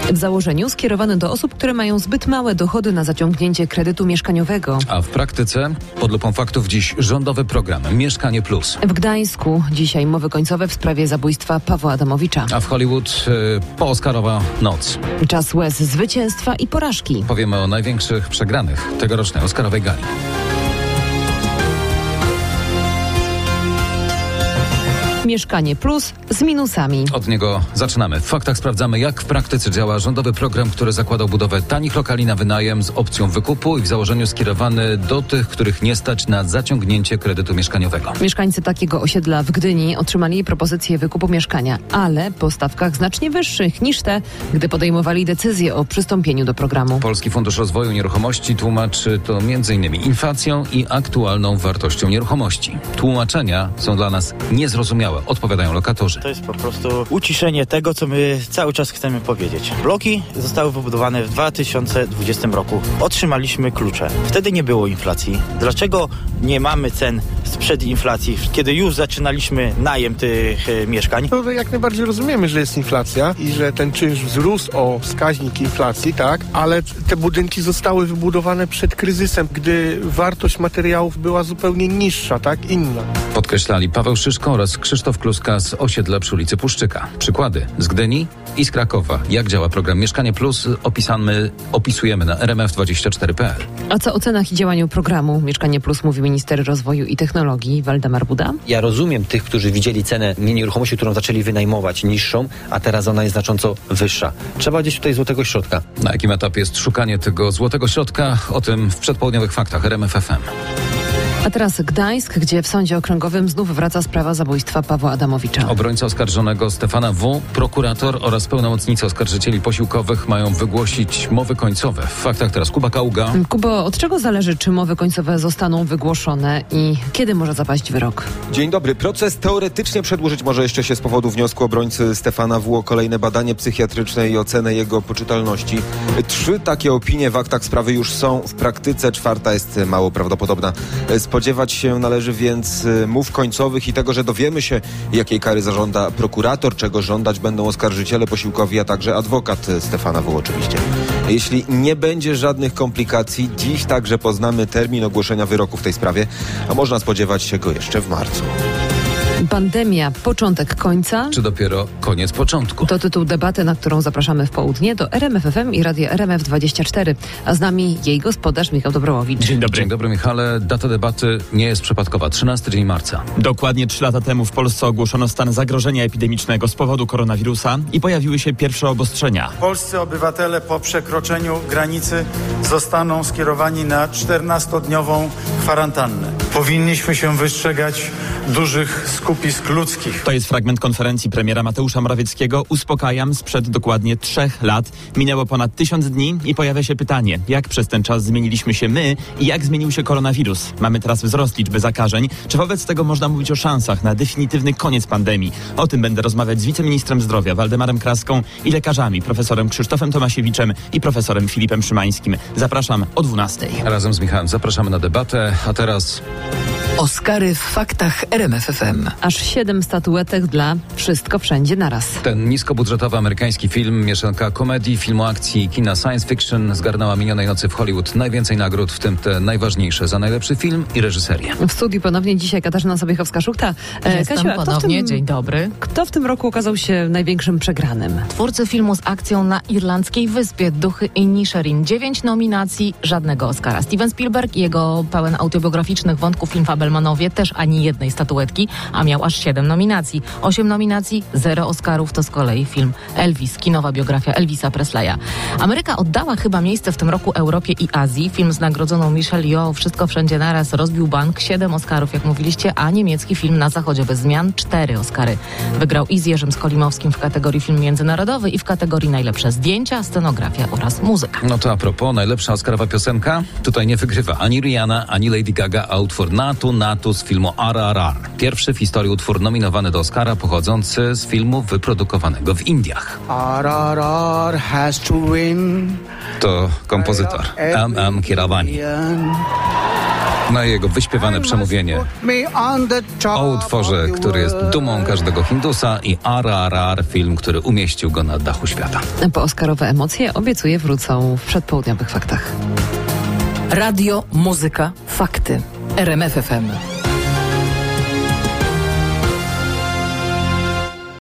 W założeniu skierowany do osób, które mają zbyt małe dochody na zaciągnięcie kredytu mieszkaniowego. A w praktyce pod lupą faktów dziś rządowy program Mieszkanie Plus. W Gdańsku dzisiaj mowy końcowe w sprawie zabójstwa Pawła Adamowicza. A w Hollywood pooskarowa noc. Czas łez zwycięstwa i porażki. Powiemy o największych przegranych tegorocznej Oscarowej gali. Mieszkanie Plus z minusami. Od niego zaczynamy. W faktach sprawdzamy, jak w praktyce działa rządowy program, który zakładał budowę tanich lokali na wynajem z opcją wykupu i w założeniu skierowany do tych, których nie stać na zaciągnięcie kredytu mieszkaniowego. Mieszkańcy takiego osiedla w Gdyni otrzymali propozycję wykupu mieszkania, ale po stawkach znacznie wyższych niż te, gdy podejmowali decyzję o przystąpieniu do programu. Polski Fundusz Rozwoju Nieruchomości tłumaczy to m.in. inflacją i aktualną wartością nieruchomości. Tłumaczenia są dla nas niezrozumiałe, odpowiadają lokatorzy. To jest po prostu uciszenie tego, co my cały czas chcemy powiedzieć. Bloki zostały wybudowane w 2020 roku. Otrzymaliśmy klucze. Wtedy nie było inflacji. Dlaczego nie mamy cen sprzed inflacji, kiedy już zaczynaliśmy najem tych mieszkań? To jak najbardziej rozumiemy, że jest inflacja i że ten czynsz wzrósł o wskaźnik inflacji, tak? Ale te budynki zostały wybudowane przed kryzysem, gdy wartość materiałów była zupełnie niższa, tak? Inna. Podkreślali Paweł Szyszko oraz Krzysztof Kluska z osiedla przy ulicy Puszczyka. Przykłady z Gdyni i z Krakowa. Jak działa program Mieszkanie Plus opisujemy na rmf24.pl. A co o cenach i działaniu programu Mieszkanie Plus mówi minister rozwoju i technologii Waldemar Buda? Ja rozumiem tych, którzy widzieli cenę nieruchomości, którą zaczęli wynajmować niższą, a teraz ona jest znacząco wyższa. Trzeba gdzieś tutaj złotego środka. Na jakim etapie jest szukanie tego złotego środka? O tym w przedpołudniowych faktach RMF FM. A teraz Gdańsk, gdzie w sądzie okręgowym znów wraca sprawa zabójstwa Pawła Adamowicza. Obrońca oskarżonego Stefana W., prokurator oraz pełnomocnicy oskarżycieli posiłkowych mają wygłosić mowy końcowe. W faktach teraz Kuba Kaługa. Kubo, od czego zależy, czy mowy końcowe zostaną wygłoszone i kiedy może zapaść wyrok? Dzień dobry. Proces teoretycznie przedłużyć może jeszcze się z powodu wniosku obrońcy Stefana W. o kolejne badanie psychiatryczne i ocenę jego poczytalności. 3 takie opinie w aktach sprawy już są. W praktyce 4. jest mało prawdopodobna. Spodziewać się należy więc mów końcowych i tego, że dowiemy się, jakiej kary zażąda prokurator, czego żądać będą oskarżyciele posiłkowi, a także adwokat Stefana W. oczywiście. Jeśli nie będzie żadnych komplikacji, dziś także poznamy termin ogłoszenia wyroku w tej sprawie, a można spodziewać się go jeszcze w marcu. Pandemia, początek końca? Czy dopiero koniec początku? To tytuł debaty, na którą zapraszamy w południe do RMF FM i radia RMF24. A z nami jej gospodarz Michał Dobrołowicz. Dzień dobry. Dzień dobry, Michale. Data debaty nie jest przypadkowa. 13 dzień marca. Dokładnie 3 lata temu w Polsce ogłoszono stan zagrożenia epidemicznego z powodu koronawirusa i pojawiły się pierwsze obostrzenia. Polscy obywatele po przekroczeniu granicy zostaną skierowani na 14-dniową kwarantannę. Powinniśmy się wystrzegać dużych skupisk ludzkich. To jest fragment konferencji premiera Mateusza Morawieckiego. Uspokajam, sprzed dokładnie 3 lat. Minęło ponad 1000 dni i pojawia się pytanie, jak przez ten czas zmieniliśmy się my i jak zmienił się koronawirus. Mamy teraz wzrost liczby zakażeń. Czy wobec tego można mówić o szansach na definitywny koniec pandemii? O tym będę rozmawiać z wiceministrem zdrowia Waldemarem Kraską i lekarzami, profesorem Krzysztofem Tomasiewiczem i profesorem Filipem Szymańskim. Zapraszam o 12:00. Razem z Michałem zapraszamy na debatę, a teraz... Oscary w faktach RMF FM. Aż 7 statuetek dla Wszystko Wszędzie Naraz. Ten niskobudżetowy amerykański film, mieszanka komedii, filmu akcji i kina science fiction, zgarnęła minionej nocy w Hollywood najwięcej nagród, w tym te najważniejsze za najlepszy film i reżyserię. W studiu ponownie dzisiaj Katarzyna Sobiechowska-Szuchta. Jestem ponownie, dzień dobry. Kto w tym roku okazał się największym przegranym? Twórcy filmu z akcją na irlandzkiej wyspie Duchy Inisherin. 9 nominacji, żadnego Oscara. Steven Spielberg i jego pełen autobiograficznych wątków film Fabelmanowie też ani jednej statuetki, a miał aż 7 nominacji. 8 nominacji, 0 Oscarów to z kolei film Elvis, kinowa biografia Elvisa Presleya. Ameryka oddała chyba miejsce w tym roku Europie i Azji. Film z nagrodzoną Michelle Yeoh, Wszystko Wszędzie Naraz, rozbił bank, 7 Oscarów, jak mówiliście, a niemiecki film Na Zachodzie bez zmian 4 Oscary. Wygrał i z Jerzym Skolimowskim w kategorii film międzynarodowy i w kategorii najlepsze zdjęcia, scenografia oraz muzyka. No to a propos, najlepsza oscarowa piosenka? Tutaj nie wygrywa ani Rihanna, ani Lady Gaga, a utwór Natu z filmu RRR. Pierwszy w historii utwór nominowany do Oscara pochodzący z filmu wyprodukowanego w Indiach. RRR has to win. To kompozytor M.M. Keeravani. Na jego wyśpiewane przemówienie o utworze, który jest dumą każdego Hindusa, i RRR, film, który umieścił go na dachu świata. Po oscarowe emocje, obiecuję, wrócą w przedpołudniowych faktach. Radio, muzyka, fakty. RMF FM.